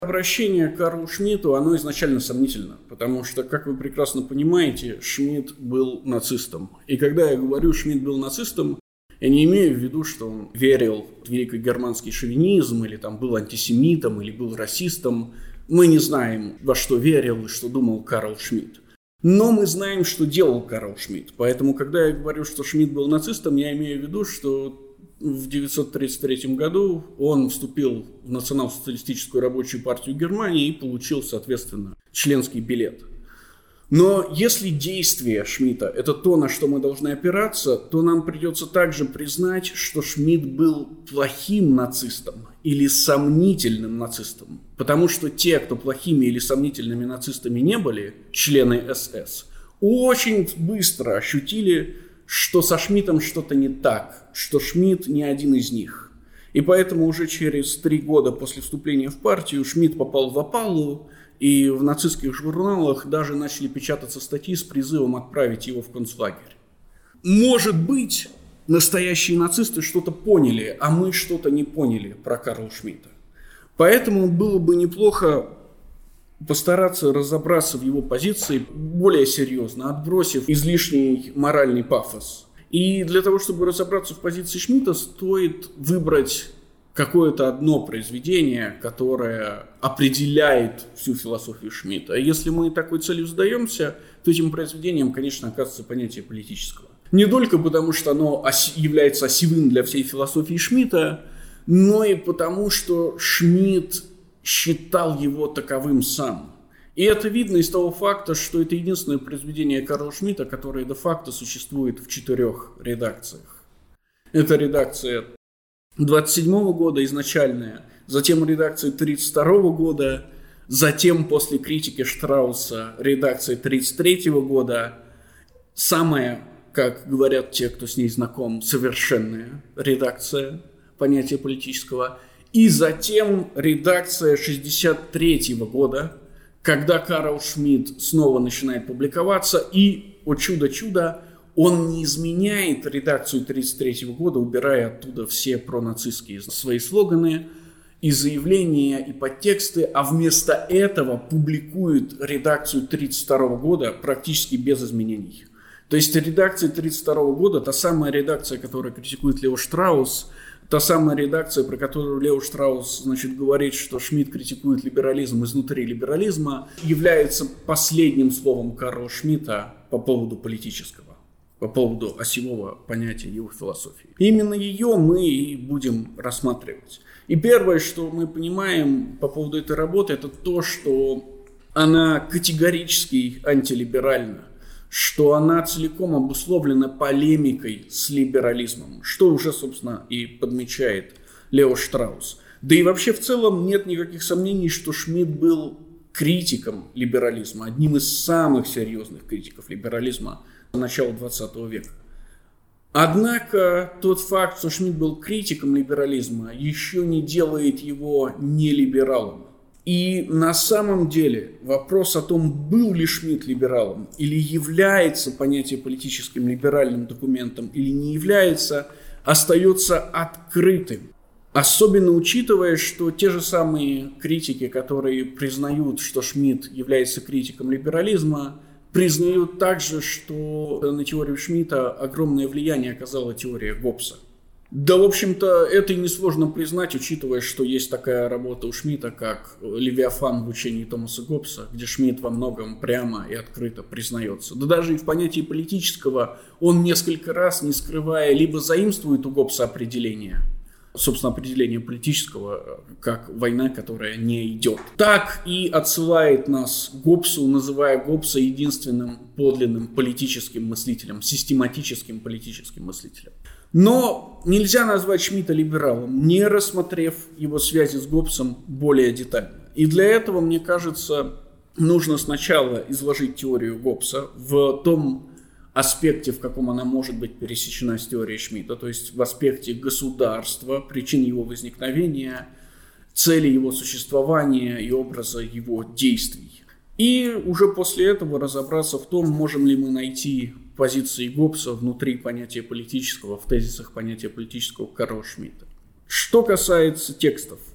Обращение к Карлу Шмидту, оно изначально сомнительно, потому что, как вы прекрасно понимаете, Шмидт был нацистом. И когда я говорю, Шмидт был нацистом, я не имею в виду, что он верил в великогерманский шовинизм, или там был антисемитом, или был расистом. Мы не знаем, во что верил и что думал Карл Шмидт. Но мы знаем, что делал Карл Шмидт. Поэтому, когда я говорю, что Шмидт был нацистом, я имею в виду, что в 1933 году он вступил в Национал-социалистическую рабочую партию Германии и получил, соответственно, членский билет. Но если действие Шмидта – это то, на что мы должны опираться, то нам придется также признать, что Шмидт был плохим нацистом или сомнительным нацистом. Потому что те, кто плохими или сомнительными нацистами не были, члены СС, очень быстро ощутили, что со Шмидтом что-то не так, что Шмидт не один из них. И поэтому уже через 3 года после вступления в партию Шмидт попал в опалу, и в нацистских журналах даже начали печататься статьи с призывом отправить его в концлагерь. Может быть, настоящие нацисты что-то поняли, а мы что-то не поняли про Карла Шмидта. Поэтому было бы неплохо постараться разобраться в его позиции более серьезно, отбросив излишний моральный пафос. И для того, чтобы разобраться в позиции Шмидта, стоит выбрать какое-то одно произведение, которое определяет всю философию Шмидта. И если мы такой целью задаемся, то этим произведением, конечно, оказывается понятие политического. Не только потому, что оно является осевым для всей философии Шмидта, но и потому, что Шмидт считал его таковым сам. И это видно из того факта, что это единственное произведение Карла Шмидта, которое де-факто существует в 4 редакциях. Это редакция 27 года изначальная, затем редакция 32 года, затем после критики Штрауса редакция 33 года, самая, как говорят те, кто с ней знаком, совершенная редакция понятия политического, и затем редакция 63 года, когда Карл Шмидт снова начинает публиковаться, и, о чудо-чудо, он не изменяет редакцию 1933 года, убирая оттуда все пронацистские свои слоганы и заявления, и подтексты, а вместо этого публикует редакцию 1932 года практически без изменений. То есть редакция 1932 года, та самая редакция, которую критикует Лео Штраус, та самая редакция, про которую Лео Штраус, говорит, что Шмидт критикует либерализм изнутри либерализма, является последним словом Карла Шмидта по поводу политического, по поводу осевого понятия его философии. Именно ее мы и будем рассматривать. И первое, что мы понимаем по поводу этой работы, это то, что она категорически антилиберальна, что она целиком обусловлена полемикой с либерализмом, что уже, собственно, и подмечает Лео Штраус. Да и вообще в целом нет никаких сомнений, что Шмидт был критиком либерализма, одним из самых серьезных критиков либерализма начала 20 века. Однако тот факт, что Шмидт был критиком либерализма, еще не делает его нелибералом. И на самом деле вопрос о том, был ли Шмидт либералом или является понятие политическим либеральным документом или не является, остается открытым. Особенно учитывая, что те же самые критики, которые признают, что Шмидт является критиком либерализма, признают также, что на теорию Шмидта огромное влияние оказала теория Гоббса. Да, в общем-то, это и несложно признать, учитывая, что есть такая работа у Шмидта, как «Левиафан в учении Томаса Гоббса», где Шмидт во многом прямо и открыто признается. Да даже и в понятии политического он несколько раз, не скрывая, либо заимствует у Гоббса определение, собственно, определение политического, как война, которая не идет. Так и отсылает нас к Гоббсу, называя Гоббса единственным подлинным политическим мыслителем, систематическим политическим мыслителем. Но нельзя назвать Шмидта либералом, не рассмотрев его связи с Гоббсом более детально. И для этого, мне кажется, нужно сначала изложить теорию Гоббса в том аспекте, в каком она может быть пересечена с теорией Шмидта, то есть в аспекте государства, причин его возникновения, цели его существования и образа его действий. И уже после этого разобраться в том, можем ли мы найти позиции Гоббса внутри понятия политического, в тезисах понятия политического Карла Шмидта. Что касается текстов,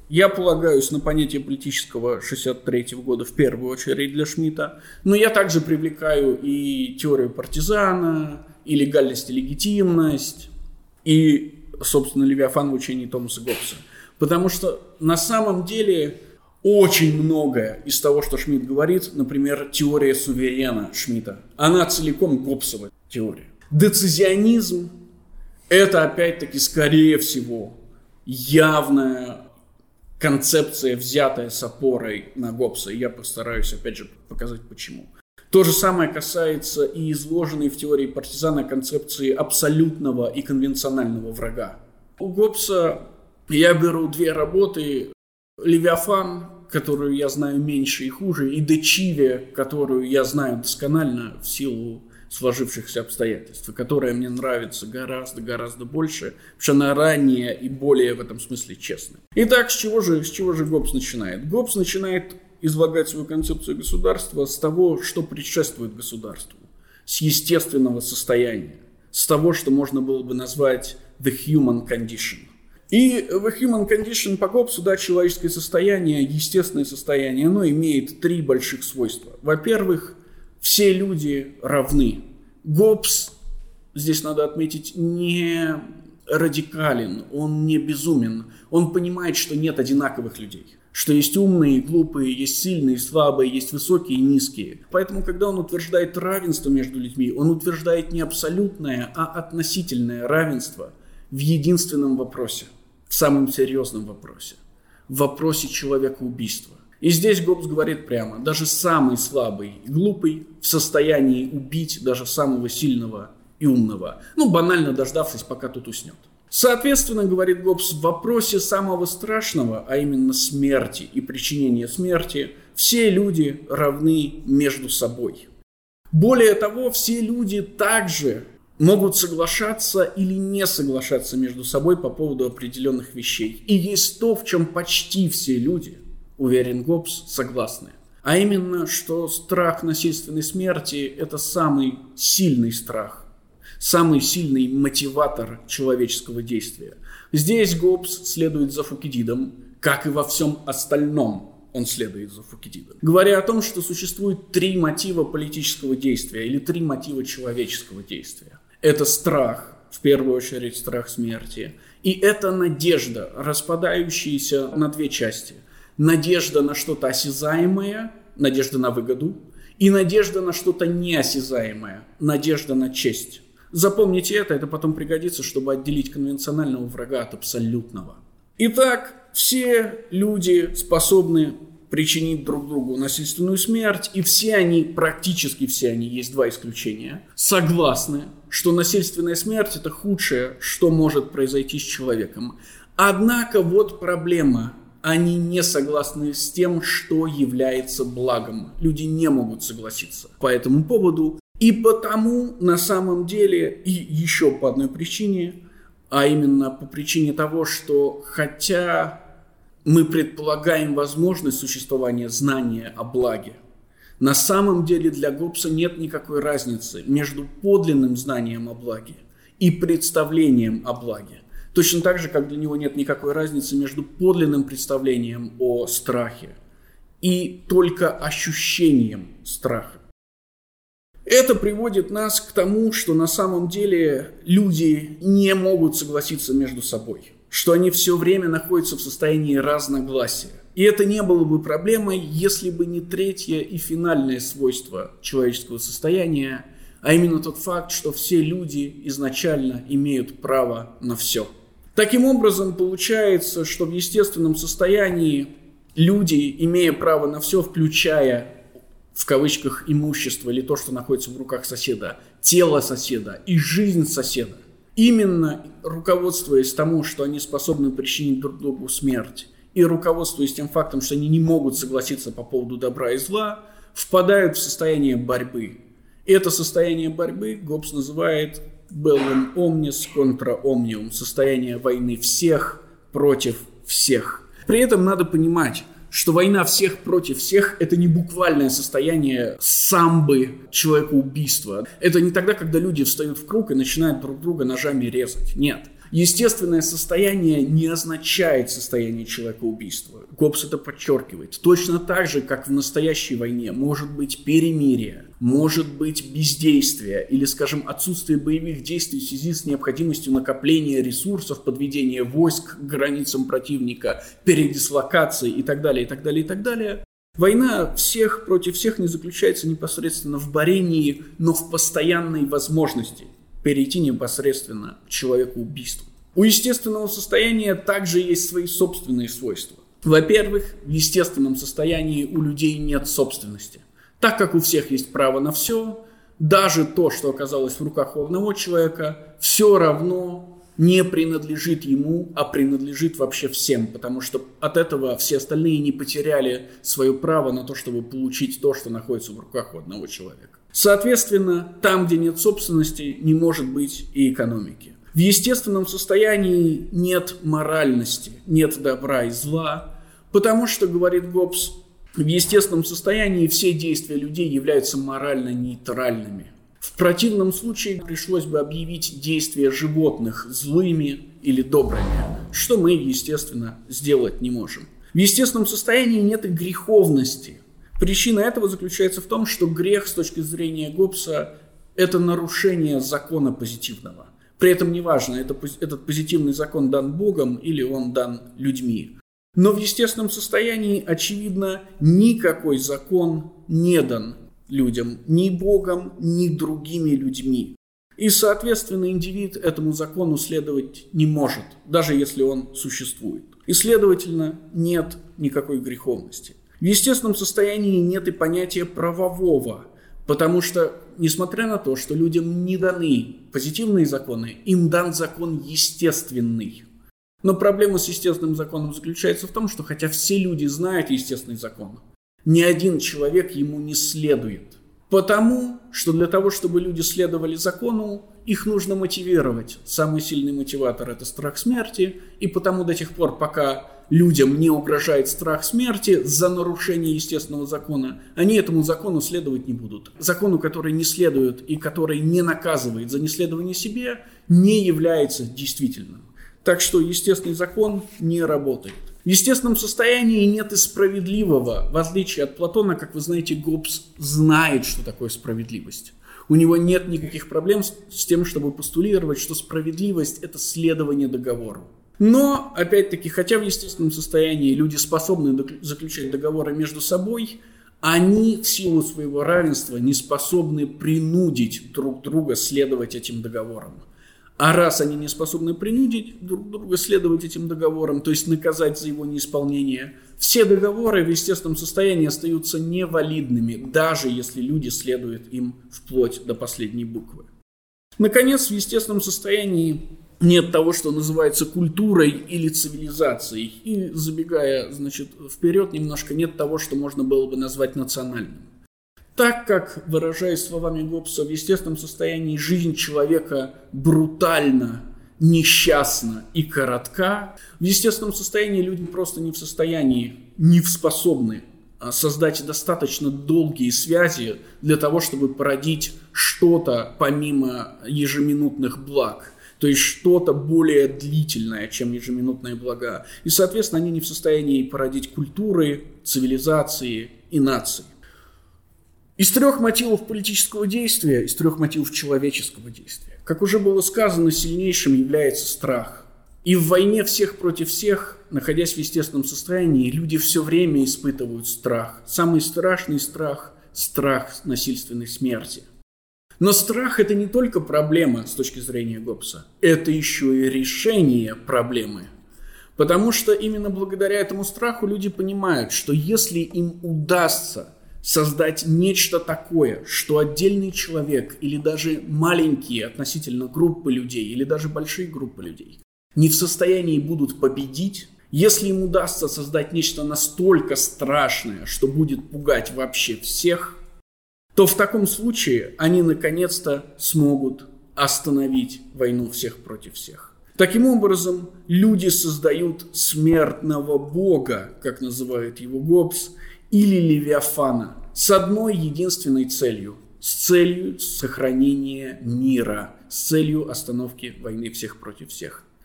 Я полагаюсь на понятие политического 1963 года в первую очередь для Шмидта, но я также привлекаю и теорию партизана, и легальность, и легитимность, и, собственно, Левиафан в учении Томаса Гоббса. Потому что на самом деле очень многое из того, что Шмидт говорит, например, теория суверена Шмидта, она целиком Гоббсова теория. Децизионизм – это, опять-таки, скорее всего, явная концепция, взятая с опорой на Гоббса. И я постараюсь, опять же, показать почему. То же самое касается и изложенной в теории партизана концепции абсолютного и конвенционального врага. У Гоббса я беру две работы: «Левиафан», которую я знаю меньше и хуже, и «Де Чиве», которую я знаю досконально в силу сложившихся обстоятельств, которая мне нравится гораздо больше, потому что она ранее и более в этом смысле честная. Итак, с чего же Гоббс начинает? Гоббс начинает излагать свою концепцию государства с того, что предшествует государству, с естественного состояния, с того, что можно было бы назвать the human condition. И the human condition по Гоббсу, да, человеческое состояние, естественное состояние, оно имеет три больших свойства. Во-первых, все люди равны. Гоббс, здесь надо отметить, не радикален, он не безумен. Он понимает, что нет одинаковых людей. Что есть умные и глупые, есть сильные и слабые, есть высокие и низкие. Поэтому, когда он утверждает равенство между людьми, он утверждает не абсолютное, а относительное равенство в единственном вопросе, в самом серьезном вопросе, в вопросе человекоубийства. И здесь Гоббс говорит прямо: даже самый слабый и глупый в состоянии убить даже самого сильного и умного, банально дождавшись, пока тот уснет. Соответственно, говорит Гоббс, в вопросе самого страшного, а именно смерти и причинения смерти, все люди равны между собой. Более того, все люди также могут соглашаться или не соглашаться между собой по поводу определенных вещей. И есть то, в чем почти все люди, уверен Гоббс, согласны. А именно, что страх насильственной смерти – это самый сильный страх, самый сильный мотиватор человеческого действия. Здесь Гоббс следует за Фукидидом, как и во всем остальном он следует за Фукидидом, говоря о том, что существует три мотива политического действия или три мотива человеческого действия. Это страх, в первую очередь страх смерти, и это надежда, распадающаяся на две части. Надежда на что-то осязаемое, надежда на выгоду, и надежда на что-то неосязаемое, надежда на честь. Запомните это потом пригодится, чтобы отделить конвенционального врага от абсолютного. Итак, все люди способны причинить друг другу насильственную смерть, и практически все они, есть два исключения, согласны, что насильственная смерть – это худшее, что может произойти с человеком. Однако вот проблема. Они не согласны с тем, что является благом. Люди не могут согласиться по этому поводу. И потому, на самом деле, и еще по одной причине, а именно по причине того, что хотя мы предполагаем возможность существования знания о благе, на самом деле для Гоббса нет никакой разницы между подлинным знанием о благе и представлением о благе. Точно так же, как для него нет никакой разницы между подлинным представлением о страхе и только ощущением страха. Это приводит нас к тому, что на самом деле люди не могут согласиться между собой, что они все время находятся в состоянии разногласия. И это не было бы проблемой, если бы не третье и финальное свойство человеческого состояния, а именно тот факт, что все люди изначально имеют право на все. Таким образом, получается, что в естественном состоянии люди, имея право на все, включая, в кавычках, имущество или то, что находится в руках соседа, тело соседа и жизнь соседа, именно руководствуясь тому, что они способны причинить друг другу смерть, и руководствуясь тем фактом, что они не могут согласиться по поводу добра и зла, впадают в состояние борьбы. И это состояние борьбы Гоббс называет «bellum omnis contra omnium» – состояние войны всех против всех. При этом надо понимать, что война всех против всех – это не буквальное состояние самбы человекоубийства. Это не тогда, когда люди встают в круг и начинают друг друга ножами резать. Нет. Естественное состояние не означает состояние человекоубийства. Гоббс это подчеркивает. Точно так же, как в настоящей войне может быть перемирие, может быть бездействие или, скажем, отсутствие боевых действий в связи с необходимостью накопления ресурсов, подведения войск к границам противника, передислокации и так далее, и так далее, и так далее. Война всех против всех не заключается непосредственно в борении, но в постоянной возможности перейти непосредственно к человекоубийству. У естественного состояния также есть свои собственные свойства. Во-первых, в естественном состоянии у людей нет собственности. Так как у всех есть право на все, даже то, что оказалось в руках у одного человека, все равно не принадлежит ему, а принадлежит вообще всем, потому что от этого все остальные не потеряли свое право на то, чтобы получить то, что находится в руках у одного человека. Соответственно, там, где нет собственности, не может быть и экономики. В естественном состоянии нет моральности, нет добра и зла, потому что, говорит Гоббс, в естественном состоянии все действия людей являются морально нейтральными. В противном случае пришлось бы объявить действия животных злыми или добрыми, что мы, естественно, сделать не можем. В естественном состоянии нет и греховности. Причина этого заключается в том, что грех с точки зрения Гоббса – это нарушение закона позитивного. При этом неважно, этот позитивный закон дан Богом или он дан людьми. Но в естественном состоянии, очевидно, никакой закон не дан людям ни Богом, ни другими людьми. И, соответственно, индивид этому закону следовать не может, даже если он существует. И, следовательно, нет никакой греховности. В естественном состоянии нет и понятия правового, потому что, несмотря на то, что людям не даны позитивные законы, им дан закон естественный. Но проблема с естественным законом заключается в том, что хотя все люди знают естественный закон, ни один человек ему не следует. Потому что для того, чтобы люди следовали закону, их нужно мотивировать. Самый сильный мотиватор – это страх смерти, и потому до тех пор, пока людям не угрожает страх смерти за нарушение естественного закона, они этому закону следовать не будут. Закону, который не следует и который не наказывает за неследование себе, не является действительным. Так что естественный закон не работает. В естественном состоянии нет и справедливого. В отличие от Платона, как вы знаете, Гоббс знает, что такое справедливость. У него нет никаких проблем с тем, чтобы постулировать, что справедливость – это следование договору. Но, опять-таки, хотя в естественном состоянии люди способны заключать договоры между собой, они в силу своего равенства не способны принудить друг друга следовать этим договорам. А раз они не способны принудить друг друга следовать этим договорам, то есть наказать за его неисполнение, все договоры в естественном состоянии остаются невалидными, даже если люди следуют им вплоть до последней буквы. Наконец, в естественном состоянии нет того, что называется культурой или цивилизацией. И, забегая, вперед немножко, нет того, что можно было бы назвать национальным. Так как, выражаясь словами Гоббса, в естественном состоянии жизнь человека брутальна, несчастна и коротка, в естественном состоянии люди просто не в состоянии, не способны создать достаточно долгие связи для того, чтобы породить что-то помимо ежеминутных благ. То есть что-то более длительное, чем ежеминутные блага. И, соответственно, они не в состоянии породить культуры, цивилизации и нации. Из трех мотивов политического действия, из трех мотивов человеческого действия, как уже было сказано, сильнейшим является страх. И в войне всех против всех, находясь в естественном состоянии, люди все время испытывают страх. Самый страшный страх – страх насильственной смерти. Но страх – это не только проблема с точки зрения Гоббса, это еще и решение проблемы. Потому что именно благодаря этому страху люди понимают, что если им удастся создать нечто такое, что отдельный человек или даже маленькие относительно группы людей, или даже большие группы людей не в состоянии будут победить, если им удастся создать нечто настолько страшное, что будет пугать вообще всех, то в таком случае они наконец-то смогут остановить войну всех против всех. Таким образом, люди создают смертного бога, как называет его Гоббс, или Левиафана, с одной единственной целью. С целью сохранения мира, с целью остановки войны всех против всех.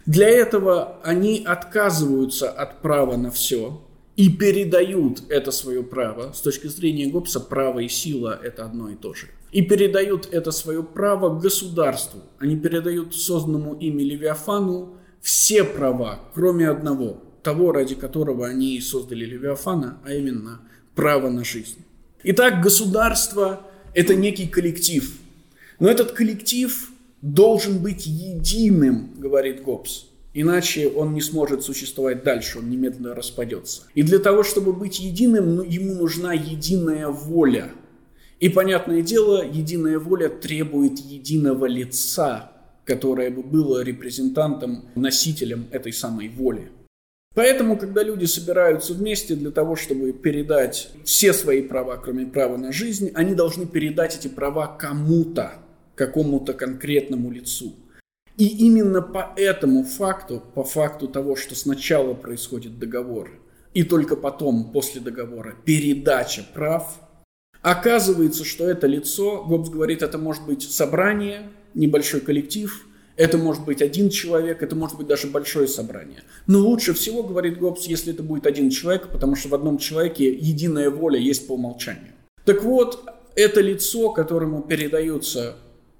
Для этого они отказываются от права на все и передают это свое право. С точки зрения Гоббса, право и сила – это одно и то же. И передают это свое право государству. Они передают созданному ими Левиафану все права, кроме одного, того, ради которого они и создали Левиафана, а именно право на жизнь. Итак, государство – это некий коллектив. Но этот коллектив должен быть единым, говорит Гоббс. Иначе он не сможет существовать дальше, он немедленно распадется. И для того, чтобы быть единым, ему нужна единая воля. И, понятное дело, единая воля требует единого лица, которое бы было репрезентантом, носителем этой самой воли. Поэтому, когда люди собираются вместе для того, чтобы передать все свои права, кроме права на жизнь, они должны передать эти права кому-то, какому-то конкретному лицу. И именно по этому факту, по факту того, что сначала происходит договор, и только потом, после договора, передача прав, оказывается, что это лицо, Гоббс говорит, это может быть собрание, небольшой коллектив, это может быть один человек, это может быть даже большое собрание. Но лучше всего, говорит Гоббс, если это будет один человек, потому что в одном человеке единая воля есть по умолчанию. Так вот, это лицо, которому передается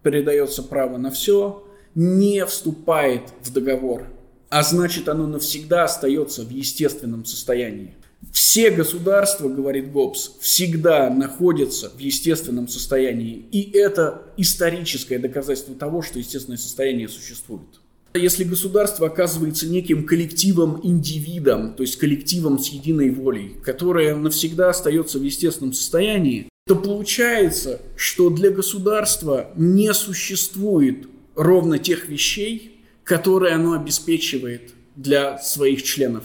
право на все, не вступает в договор, а значит, оно навсегда остается в естественном состоянии. Все государства, говорит Гоббс, всегда находятся в естественном состоянии. И это историческое доказательство того, что естественное состояние существует. Если государство оказывается неким коллективом-индивидом, то есть коллективом с единой волей, которое навсегда остается в естественном состоянии, то получается, что для государства не существует ровно тех вещей, которые оно обеспечивает для своих членов.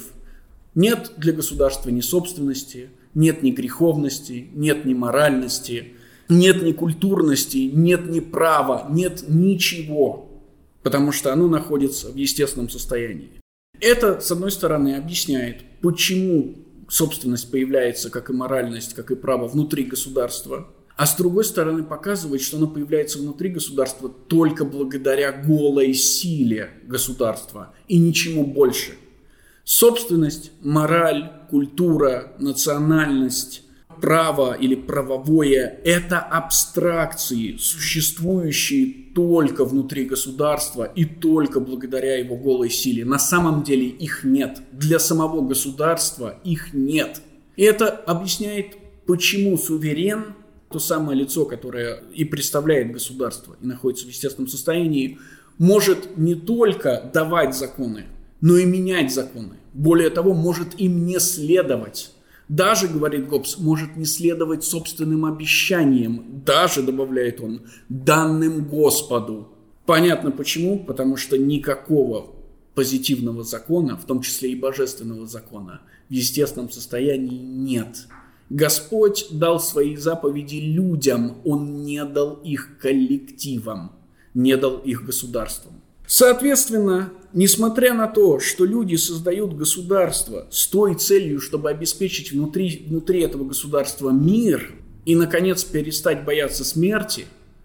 Нет для государства ни собственности, нет ни греховности, нет ни моральности, нет ни культурности, нет ни права, нет ничего, потому что оно находится в естественном состоянии. Это, с одной стороны, объясняет, почему собственность появляется, как и моральность, как и право, внутри государства, а с другой стороны показывает, что оно появляется внутри государства только благодаря голой силе государства и ничему больше. Собственность, мораль, культура, национальность, право или правовое – это абстракции, существующие только внутри государства и только благодаря его голой силе. На самом деле их нет. Для самого государства их нет. И это объясняет, почему суверен, то самое лицо, которое и представляет государство и находится в естественном состоянии, может не только давать законы, но и менять законы. Более того, может им не следовать. Даже, говорит Гоббс, может не следовать собственным обещаниям, даже, добавляет он, данным Господу. Понятно почему? Потому что никакого позитивного закона, в том числе и божественного закона, в естественном состоянии нет. Господь дал свои заповеди людям, Он не дал их коллективам, не дал их государствам. Соответственно, несмотря на то, что люди создают государство с той целью, чтобы обеспечить внутри этого государства мир и, наконец, перестать бояться смерти,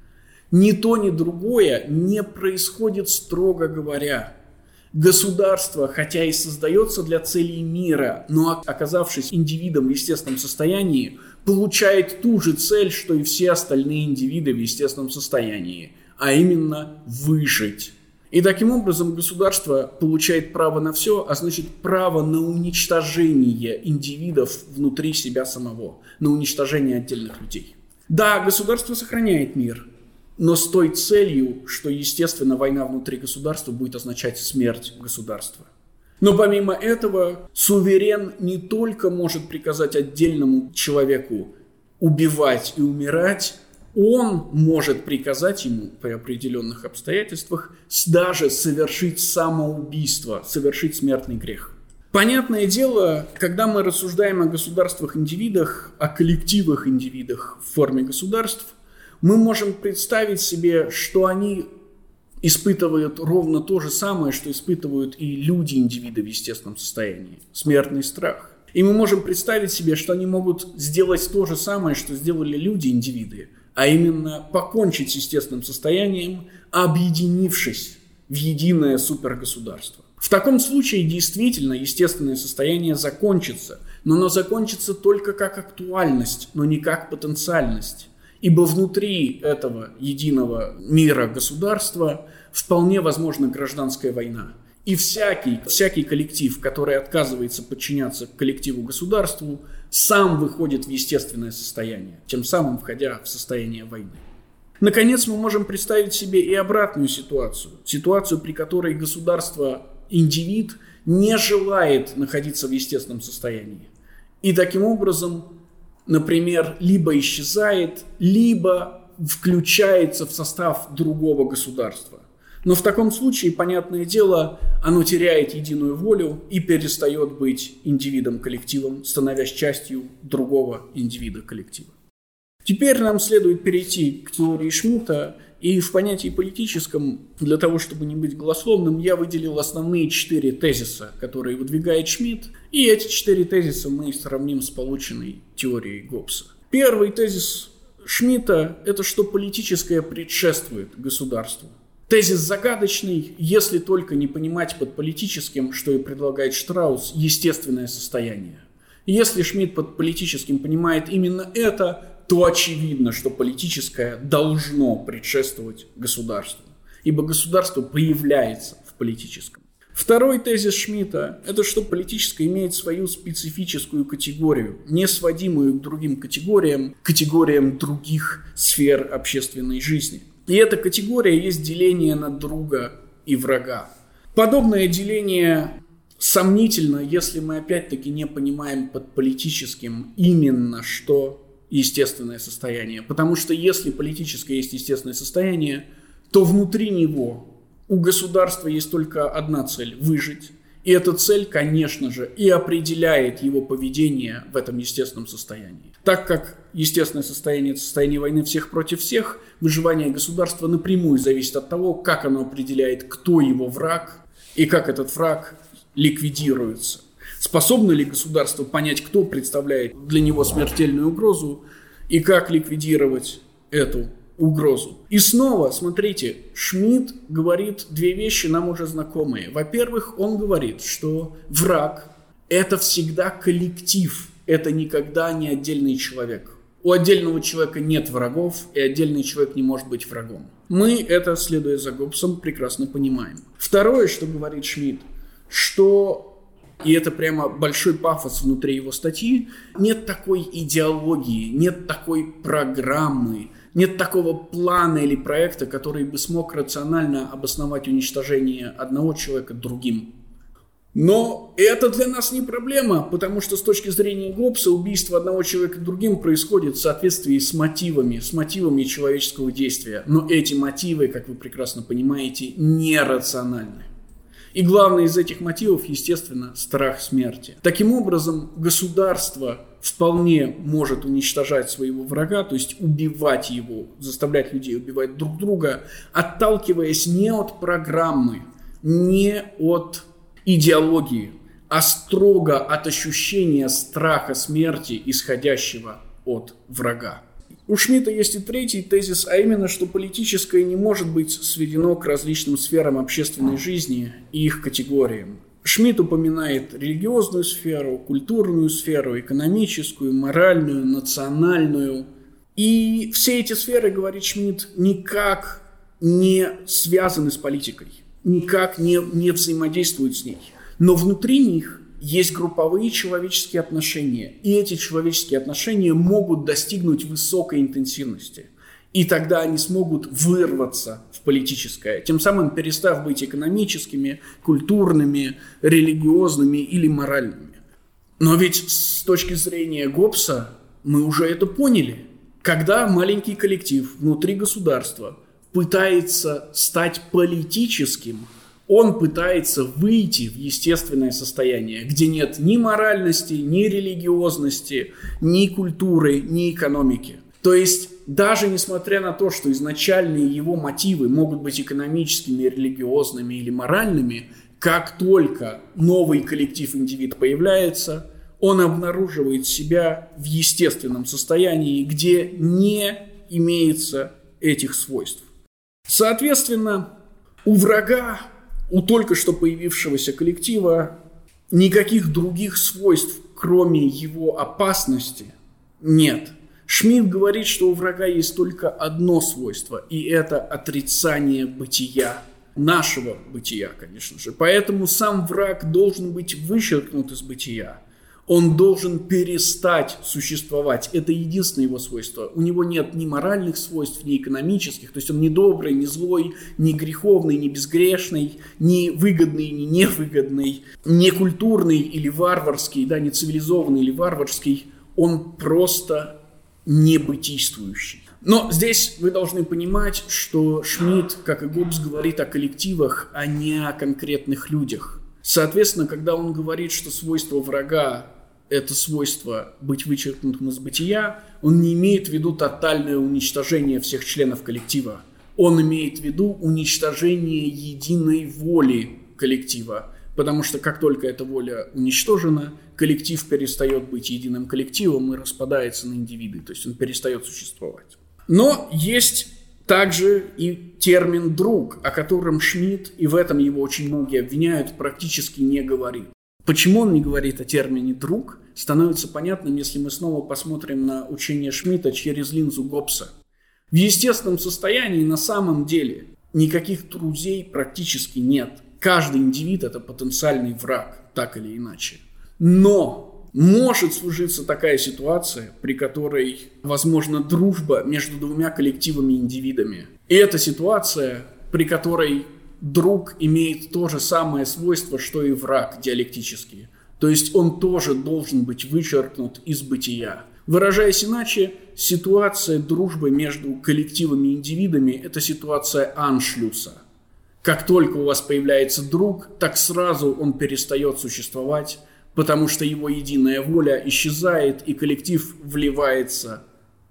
ни то, ни другое не происходит, строго говоря. Государство, хотя и создается для целей мира, но, оказавшись индивидом в естественном состоянии, получает ту же цель, что и все остальные индивиды в естественном состоянии, а именно выжить. И таким образом государство получает право на все, а значит право на уничтожение индивидов внутри себя самого, на уничтожение отдельных людей. Да, государство сохраняет мир, но с той целью, что, естественно, война внутри государства будет означать смерть государства. Но помимо этого, суверен не только может приказать отдельному человеку убивать и умирать, он может приказать ему при определенных обстоятельствах даже совершить самоубийство, совершить смертный грех. Понятное дело, когда мы рассуждаем о государствах-индивидах, о коллективах-индивидах в форме государств, мы можем представить себе, что они испытывают ровно то же самое, что испытывают и люди-индивиды в естественном состоянии – смертный страх. И мы можем представить себе, что они могут сделать то же самое, что сделали люди-индивиды, а именно покончить с естественным состоянием, объединившись в единое супергосударство. В таком случае действительно естественное состояние закончится, но оно закончится только как актуальность, но не как потенциальность. Ибо внутри этого единого мира государства вполне возможна гражданская война. И всякий коллектив, который отказывается подчиняться коллективу-государству, сам выходит в естественное состояние, тем самым входя в состояние войны. Наконец, мы можем представить себе и обратную ситуацию. Ситуацию, при которой государство-индивид не желает находиться в естественном состоянии. И таким образом, например, либо исчезает, либо включается в состав другого государства. Но в таком случае, понятное дело, оно теряет единую волю и перестает быть индивидом-коллективом, становясь частью другого индивида-коллектива. Теперь нам следует перейти к теории Шмидта, и в понятии политическом, для того, чтобы не быть голословным, я выделил основные 4 тезиса, которые выдвигает Шмидт, и эти 4 тезиса мы сравним с полученной теорией Гоббса. Первый тезис Шмидта – это что политическое предшествует государству. Тезис загадочный, если только не понимать под политическим, что и предлагает Штраус, естественное состояние. Если Шмидт под политическим понимает именно это, то очевидно, что политическое должно предшествовать государству, ибо государство появляется в политическом. Второй тезис Шмидта – это что политическое имеет свою специфическую категорию, не сводимую к другим категориям других сфер общественной жизни. И эта категория есть деление на друга и врага. Подобное деление сомнительно, если мы опять-таки не понимаем под политическим именно что естественное состояние. Потому что если политическое есть естественное состояние, то внутри него у государства есть только одна цель – выжить. И эта цель, конечно же, и определяет его поведение в этом естественном состоянии. Так как естественное состояние – это состояние войны всех против всех, выживание государства напрямую зависит от того, как оно определяет, кто его враг и как этот враг ликвидируется. Способно ли государство понять, кто представляет для него смертельную угрозу и как ликвидировать эту угрозу. И снова, смотрите, Шмидт говорит 2 вещи нам уже знакомые. Во-первых, он говорит, что враг – это всегда коллектив, это никогда не отдельный человек. У отдельного человека нет врагов, и отдельный человек не может быть врагом. Мы это, следуя за Гоббсом, прекрасно понимаем. Второе, что говорит Шмидт, что, и это прямо большой пафос внутри его статьи, нет такой идеологии, нет такой программы, нет такого плана или проекта, который бы смог рационально обосновать уничтожение одного человека другим. Но это для нас не проблема, потому что с точки зрения Гоббса убийство одного человека другим происходит в соответствии с мотивами человеческого действия. Но эти мотивы, как вы прекрасно понимаете, нерациональны. И главный из этих мотивов, естественно, страх смерти. Таким образом, государство вполне может уничтожать своего врага, то есть убивать его, заставлять людей убивать друг друга, отталкиваясь не от программы, не от идеологии, а строго от ощущения страха смерти, исходящего от врага. У Шмидта есть и третий тезис, а именно, что политическое не может быть сведено к различным сферам общественной жизни и их категориям. Шмидт упоминает религиозную сферу, культурную сферу, экономическую, моральную, национальную. И все эти сферы, говорит Шмидт, никак не связаны с политикой, никак не взаимодействуют с ней. Но внутри них есть групповые человеческие отношения, и эти человеческие отношения могут достигнуть высокой интенсивности. И тогда они смогут вырваться в политическое, тем самым перестав быть экономическими, культурными, религиозными или моральными. Но ведь с точки зрения Гоббса мы уже это поняли. Когда маленький коллектив внутри государства пытается стать политическим, он пытается выйти в естественное состояние, где нет ни моральности, ни религиозности, ни культуры, ни экономики. То есть, даже несмотря на то, что изначальные его мотивы могут быть экономическими, религиозными или моральными, как только новый коллектив-индивид появляется, он обнаруживает себя в естественном состоянии, где не имеется этих свойств. Соответственно, У врага, у только что появившегося коллектива, никаких других свойств, кроме его опасности, нет. Шмидт говорит, что у врага есть только одно свойство, и это отрицание бытия. Нашего бытия, конечно же. Поэтому сам враг должен быть вычеркнут из бытия. Он должен перестать существовать. Это единственное его свойство. У него нет ни моральных свойств, ни экономических. То есть он не добрый, не злой, не греховный, не безгрешный, не выгодный, не невыгодный, не культурный или варварский, да, не цивилизованный или варварский. Он просто небытийствующий. Но здесь вы должны понимать, что Шмидт, как и Гоббс, говорит о коллективах, а не о конкретных людях. Соответственно, когда он говорит, что свойство врага – это свойство быть вычеркнутым из бытия, он не имеет в виду тотальное уничтожение всех членов коллектива. Он имеет в виду уничтожение единой воли коллектива. Потому что как только эта воля уничтожена, коллектив перестает быть единым коллективом и распадается на индивиды. То есть он перестает существовать. Но есть также и термин «друг», о котором Шмидт, и в этом его очень многие обвиняют, практически не говорит. Почему он не говорит о термине «друг», становится понятным, если мы снова посмотрим на учение Шмидта через линзу Гоббса. В естественном состоянии на самом деле никаких друзей практически нет. Каждый индивид – это потенциальный враг, так или иначе. Но может сложиться такая ситуация, при которой возможна дружба между двумя коллективами индивидами. И эта ситуация, при которой друг имеет то же самое свойство, что и враг диалектически. То есть он тоже должен быть вычеркнут из бытия. Выражаясь иначе, ситуация дружбы между коллективами и индивидами – это ситуация аншлюса. Как только у вас появляется друг, так сразу он перестает существовать, потому что его единая воля исчезает, и коллектив вливается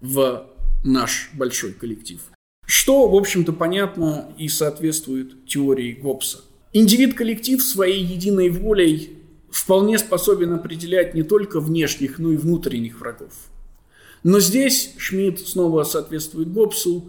в наш большой коллектив. Что, в общем-то, понятно и соответствует теории Гоббса. Индивид-коллектив своей единой волей вполне способен определять не только внешних, но и внутренних врагов. Но здесь Шмидт снова соответствует Гоббсу.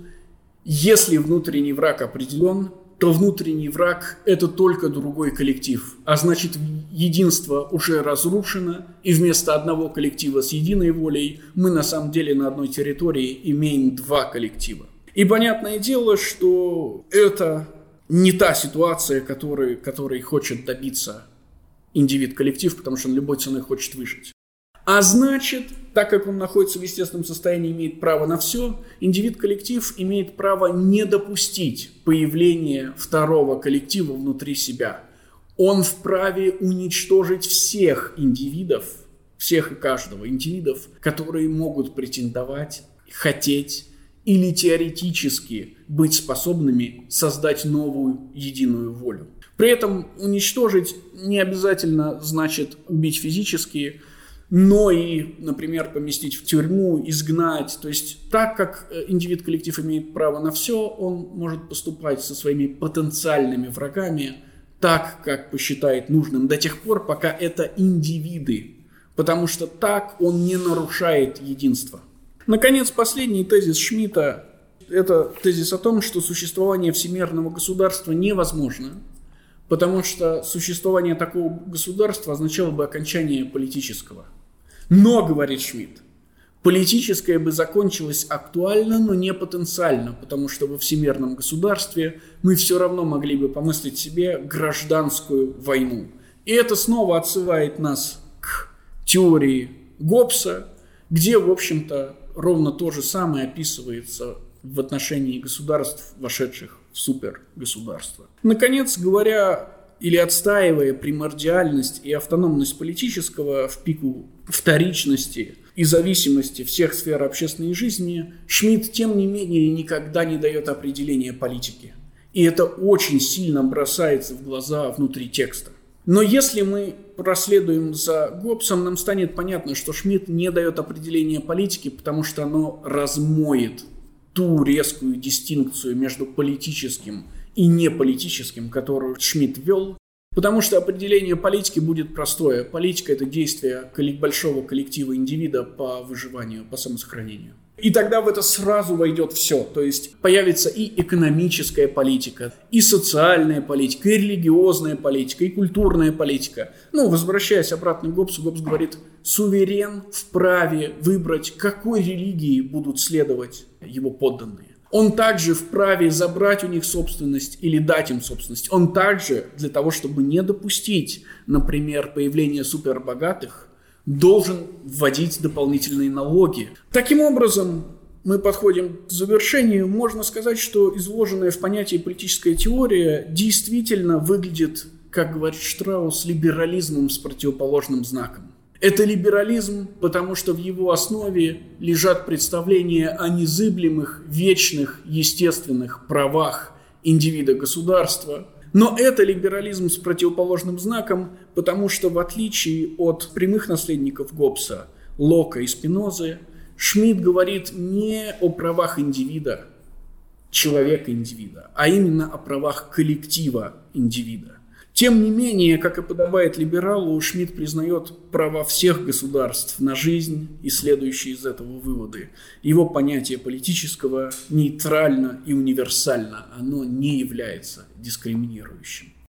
Если внутренний враг определен, то внутренний враг – это только другой коллектив. А значит, единство уже разрушено, и вместо одного коллектива с единой волей мы на самом деле на одной территории имеем два коллектива. И понятное дело, что это не та ситуация, которой хочет добиться индивид-коллектив, потому что он любой ценой хочет выжить. А значит, так как он находится в естественном состоянии, имеет право на все, индивид-коллектив имеет право не допустить появления второго коллектива внутри себя. Он вправе уничтожить всех индивидов, всех и каждого индивидов, которые могут претендовать, хотеть или теоретически быть способными создать новую единую волю. При этом уничтожить не обязательно значит убить физически, но и, например, поместить в тюрьму, изгнать. То есть так как индивид-коллектив имеет право на все, он может поступать со своими потенциальными врагами так, как посчитает нужным, до тех пор, пока это индивиды. Потому что так он не нарушает единство. Наконец, последний тезис Шмидта – это тезис о том, что существование всемирного государства невозможно, потому что существование такого государства означало бы окончание политического. Но, говорит Шмидт, политическое бы закончилось актуально, но не потенциально, потому что во всемирном государстве мы все равно могли бы помыслить себе гражданскую войну. И это снова отсылает нас к теории Гоббса, где, в общем-то, ровно то же самое описывается в отношении государств, вошедших в супергосударство. Наконец, говоря или отстаивая примордиальность и автономность политического в пику вторичности и зависимости всех сфер общественной жизни, Шмидт, тем не менее, никогда не дает определения политики. И это очень сильно бросается в глаза внутри текста. Но если мы проследуем за Гоббсом, нам станет понятно, что Шмидт не дает определения политики, потому что оно размоет ту резкую дистинкцию между политическим и неполитическим, которую Шмидт ввел. Потому что определение политики будет простое. Политика – это действие большого коллектива индивида по выживанию, по самосохранению. И тогда в это сразу войдет все. То есть появится и экономическая политика, и социальная политика, и религиозная политика, и культурная политика. Возвращаясь обратно к Гоббсу, Гоббс говорит, суверен вправе выбрать, какой религии будут следовать его подданные. Он также вправе забрать у них собственность или дать им собственность. Он также, для того, чтобы не допустить, например, появления супербогатых, должен вводить дополнительные налоги. Таким образом, мы подходим к завершению. Можно сказать, что изложенная в понятии политическая теория действительно выглядит, как говорит Штраус, либерализмом с противоположным знаком. Это либерализм, потому что в его основе лежат представления о незыблемых, вечных, естественных правах индивида-государства. Но это либерализм с противоположным знаком, потому что в отличие от прямых наследников Гоббса, Лока и Спинозы, Шмидт говорит не о правах индивида, человека-индивида, а именно о правах коллектива индивида. Тем не менее, как и подобает либералу, Шмидт признает права всех государств на жизнь и следующие из этого выводы. Его понятие политического нейтрально и универсально, оно не является дискриминирующим.